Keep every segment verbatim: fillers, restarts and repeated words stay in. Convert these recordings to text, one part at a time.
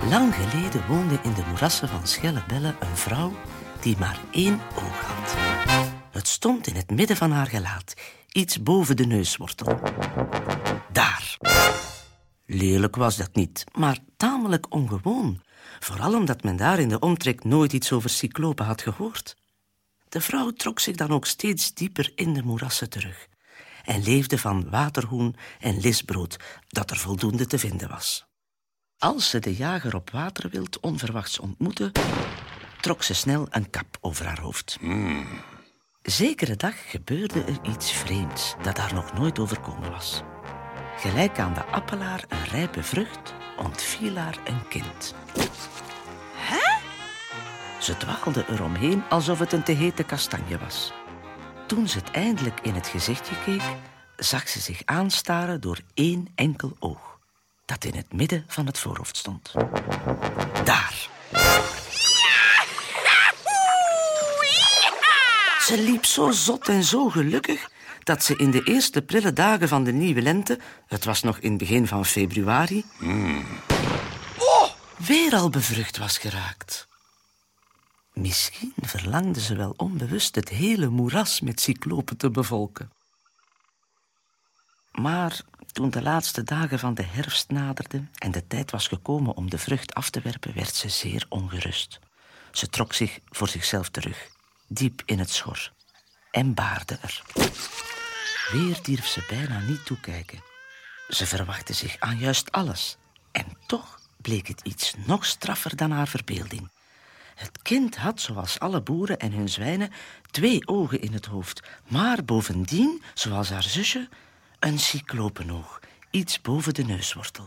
Lang geleden woonde in de moerassen van Schellebelle een vrouw die maar één oog had. Het stond in het midden van haar gelaat, iets boven de neuswortel. Daar. Lelijk was dat niet, maar tamelijk ongewoon. Vooral omdat men daar in de omtrek nooit iets over cyclopen had gehoord. De vrouw trok zich dan ook steeds dieper in de moerassen terug en leefde van waterhoen en lisbrood, dat er voldoende te vinden was. Als ze de jager op waterwild onverwachts ontmoette, trok ze snel een kap over haar hoofd. Mm. Zekere dag gebeurde er iets vreemds dat haar nog nooit overkomen was. Gelijk aan de appelaar een rijpe vrucht, ontviel haar een kind. Hè? Ze dwaalde eromheen alsof het een te hete kastanje was. Toen ze het eindelijk in het gezichtje keek, zag ze zich aanstaren door één enkel oog, dat in het midden van het voorhoofd stond. Daar. Ze liep zo zot en zo gelukkig dat ze in de eerste prille dagen van de nieuwe lente, het was nog in het begin van februari, Mm. oh, weer al bevrucht was geraakt. Misschien verlangde ze wel onbewust het hele moeras met cyclopen te bevolken. Maar toen de laatste dagen van de herfst naderden en de tijd was gekomen om de vrucht af te werpen, werd ze zeer ongerust. Ze trok zich voor zichzelf terug, diep in het schor, en baarde er. Weer durf ze bijna niet toekijken. Ze verwachtte zich aan juist alles. En toch bleek het iets nog straffer dan haar verbeelding. Het kind had, zoals alle boeren en hun zwijnen, twee ogen in het hoofd. Maar bovendien, zoals haar zusje, een cyclopenoog, iets boven de neuswortel.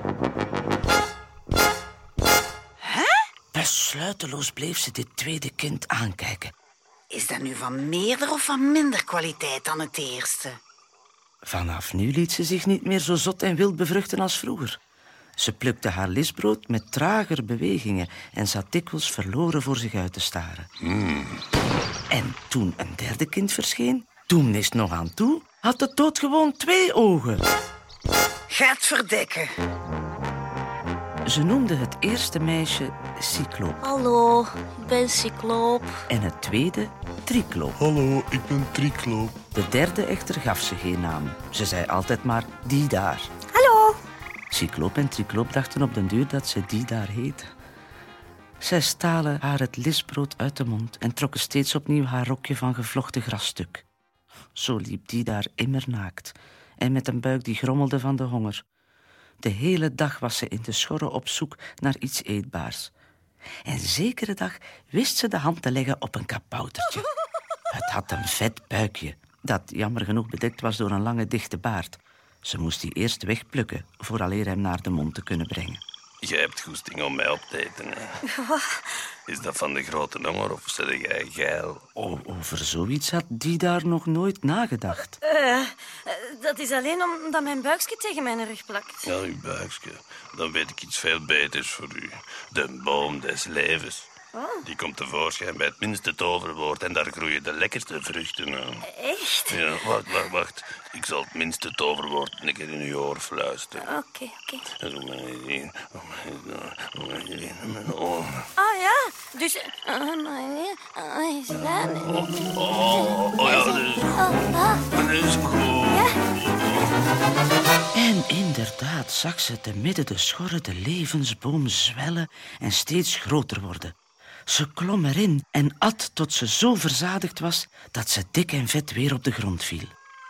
Hè? Besluiteloos bleef ze dit tweede kind aankijken. Is dat nu van meerder of van minder kwaliteit dan het eerste? Vanaf nu liet ze zich niet meer zo zot en wild bevruchten als vroeger. Ze plukte haar lisbrood met trager bewegingen en zat dikwijls verloren voor zich uit te staren. Mm. En toen een derde kind verscheen, toen is het nog aan toe, had het doodgewoon twee ogen. Gaat verdekken. Ze noemde het eerste meisje Cycloop Hallo, ik ben Cycloop. en het tweede Tricloop. Hallo, ik ben Tricloop. De derde echter gaf ze geen naam. Ze zei altijd maar die daar. Hallo. Cycloop en Tricloop dachten op den duur dat ze die daar heette. Zij stalen haar het lisbrood uit de mond en trokken steeds opnieuw haar rokje van gevlochten grasstuk. Zo liep die daar immer naakt en met een buik die grommelde van de honger. De hele dag was ze in de schorre op zoek naar iets eetbaars. En zekere dag wist ze de hand te leggen op een kaboutertje. Het had een vet buikje, dat jammer genoeg bedekt was door een lange dichte baard. Ze moest die eerst wegplukken, vooraleer hem naar de mond te kunnen brengen. Jij hebt goesting om mij op te eten, hè? Is dat van de grote honger of zit jij geil? O, over zoiets had die daar nog nooit nagedacht. Uh, dat is alleen omdat mijn buikje tegen mijn rug plakt. Ja, uw buikje. Dan weet ik iets veel beters voor u. De boom des levens. Oh. Die komt tevoorschijn bij het minste toverwoord en daar groeien de lekkerste vruchten aan. Echt? Ja, wacht, wacht, wacht. Ik zal het minste toverwoord een keer in uw oor fluisteren. Oké, oké. En zo maar eens zien, zo maar eens daar, zo maar eens in mijn oren. Ah ja, dus... Uh, maar, uh, is dat... Oh, oh, oh ja, dat is goed. Dat is goed. En inderdaad zag ze te midden de schorre de levensboom zwellen en steeds groter worden. Ze klom erin en at tot ze zo verzadigd was dat ze dik en vet weer op de grond viel.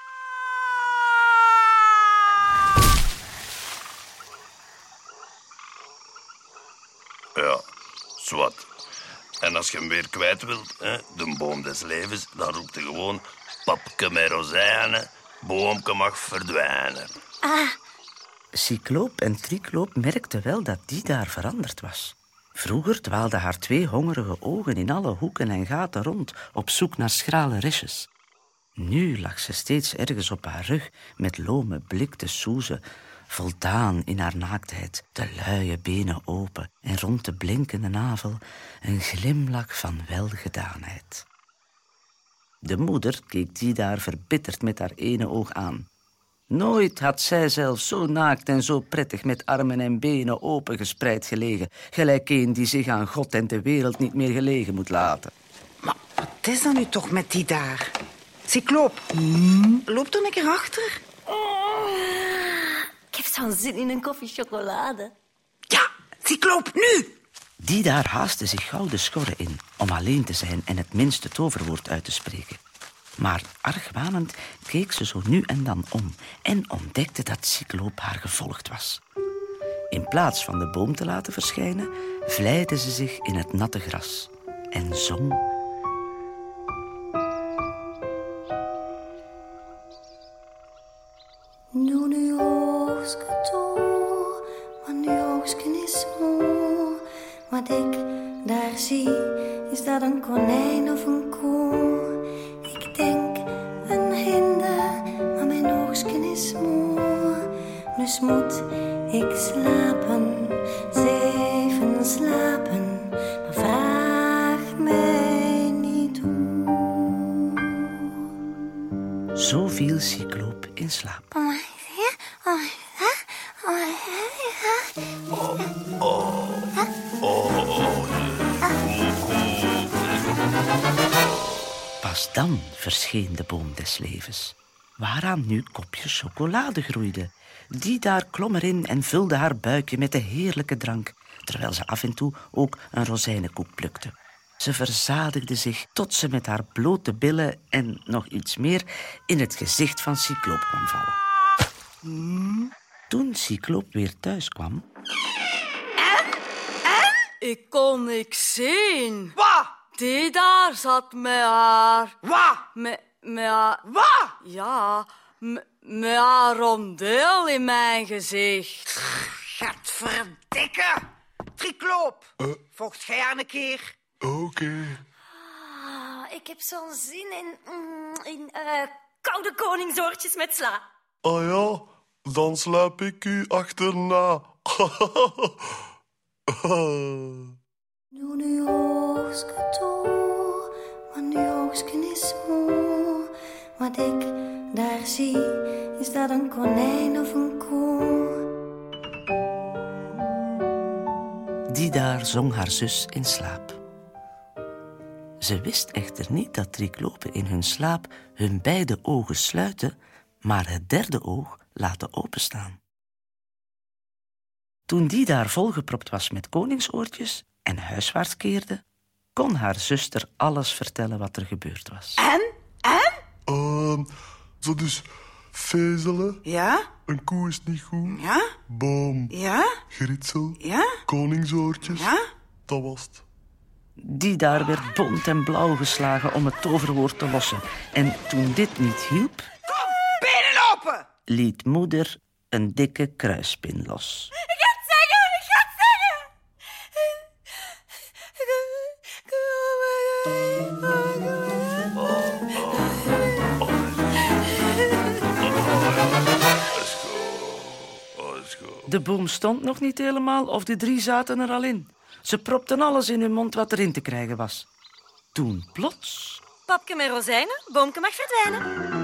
Ja, zwart. En als je hem weer kwijt wilt, hè, de boom des levens, dan roept hij gewoon... Papke met rozijnen, boomke mag verdwijnen. Ah, Cycloop en Tricloop merkten wel dat die daar veranderd was. Vroeger dwaalden haar twee hongerige ogen in alle hoeken en gaten rond, op zoek naar schrale restjes. Nu lag ze steeds ergens op haar rug, met lome blik te soezen, voldaan in haar naaktheid, de luie benen open en rond de blinkende navel een glimlach van welgedaanheid. De moeder keek die daar verbitterd met haar ene oog aan. Nooit had zij zelf zo naakt en zo prettig met armen en benen opengespreid gelegen, gelijk een die zich aan God en de wereld niet meer gelegen moet laten. Maar wat is er nu toch met die daar? Cycloop, hmm? Loop er een keer achter. Oh, ik heb zo'n zin in een koffie chocolade. Ja, Cycloop, nu! Die daar haastte zich gauw de schorre in om alleen te zijn en het minste toverwoord uit te spreken. Maar argwanend keek ze zo nu en dan om en ontdekte dat Cycloop haar gevolgd was. In plaats van de boom te laten verschijnen, vlijde ze zich in het natte gras en zong. Doe nu oogstje toe, want nu oogstje is moe. Wat ik daar zie, is dat een konijn of een koe. Ik denk een hinde, maar mijn oogstje is moe. Dus moet ik slapen, zeven slapen, maar vraag mij niet hoe. Zo viel Cycloop in slaap. Pas dan verscheen de boom des levens, waaraan nu kopjes chocolade groeiden. Die daar klom erin en vulde haar buikje met de heerlijke drank, terwijl ze af en toe ook een rozijnenkoek plukte. Ze verzadigde zich tot ze met haar blote billen en nog iets meer in het gezicht van Cycloop kwam vallen. Hmm. Toen Cycloop weer thuis kwam... Ik kon niks zien. Wat? Die daar zat met haar... Wat? Met, met haar... Wat? Ja, met, met haar rondeel in mijn gezicht. Gadverdikke. Cycloop, uh. vocht jij aan een keer? Oké. Okay. Ah, ik heb zo'n zin in, mm, in uh, koude koningsoortjes met sla. Ah ja, dan slaap ik u achterna. Doe nu oogstje toe, want nu oogstje is moe. Wat ik daar zie, is dat een konijn of een koe. Die daar zong haar zus in slaap. Ze wist echter niet dat Triclope in hun slaap hun beide ogen sluiten, maar het derde oog laten openstaan. Toen die daar volgepropt was met koningsoortjes en huiswaarts keerde, kon haar zuster alles vertellen wat er gebeurd was. En? En? Uh, zo dus vezelen. Ja? Een koe is niet goed. Ja? Boom. Ja? Gritsel. Ja? Koningsoortjes. Ja? Dat was het. Die daar werd bont en blauw geslagen om het toverwoord te lossen. En toen dit niet hielp... Kom, benen open! Liet moeder een dikke kruispin los. Ik ga het zeggen, ik ga het zeggen! De boom stond nog niet helemaal of de drie zaten er al in. Ze propten alles in hun mond wat erin te krijgen was. Toen plots... Papke met rozijnen, boomke mag verdwijnen.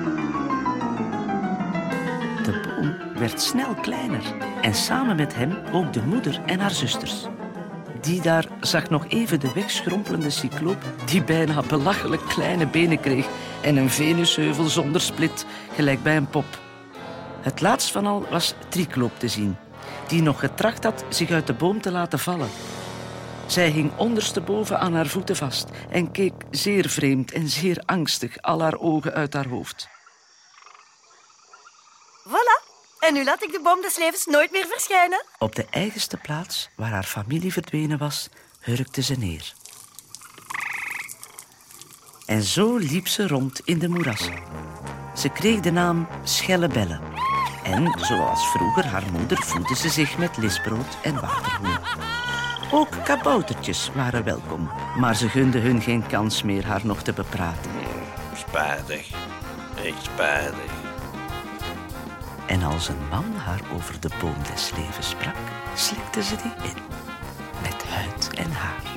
De boom werd snel kleiner en samen met hem ook de moeder en haar zusters. Die daar zag nog even de wegschrompelende Cycloop die bijna belachelijk kleine benen kreeg en een venusheuvel zonder split, gelijk bij een pop. Het laatst van al was Tricloop te zien, die nog getracht had zich uit de boom te laten vallen. Zij hing ondersteboven aan haar voeten vast en keek zeer vreemd en zeer angstig al haar ogen uit haar hoofd. Voilà. En nu laat ik de boom des levens nooit meer verschijnen. Op de eigenste plaats waar haar familie verdwenen was, hurkte ze neer. En zo liep ze rond in de moerassen. Ze kreeg de naam Schellebelle. En zoals vroeger haar moeder voedde ze zich met lisbrood en waterhoen. Ook kaboutertjes waren welkom, maar ze gunden hun geen kans meer haar nog te bepraten. Spijtig, echt spijtig. En als een man haar over de boom des levens sprak, slikte ze die in, met huid en haar.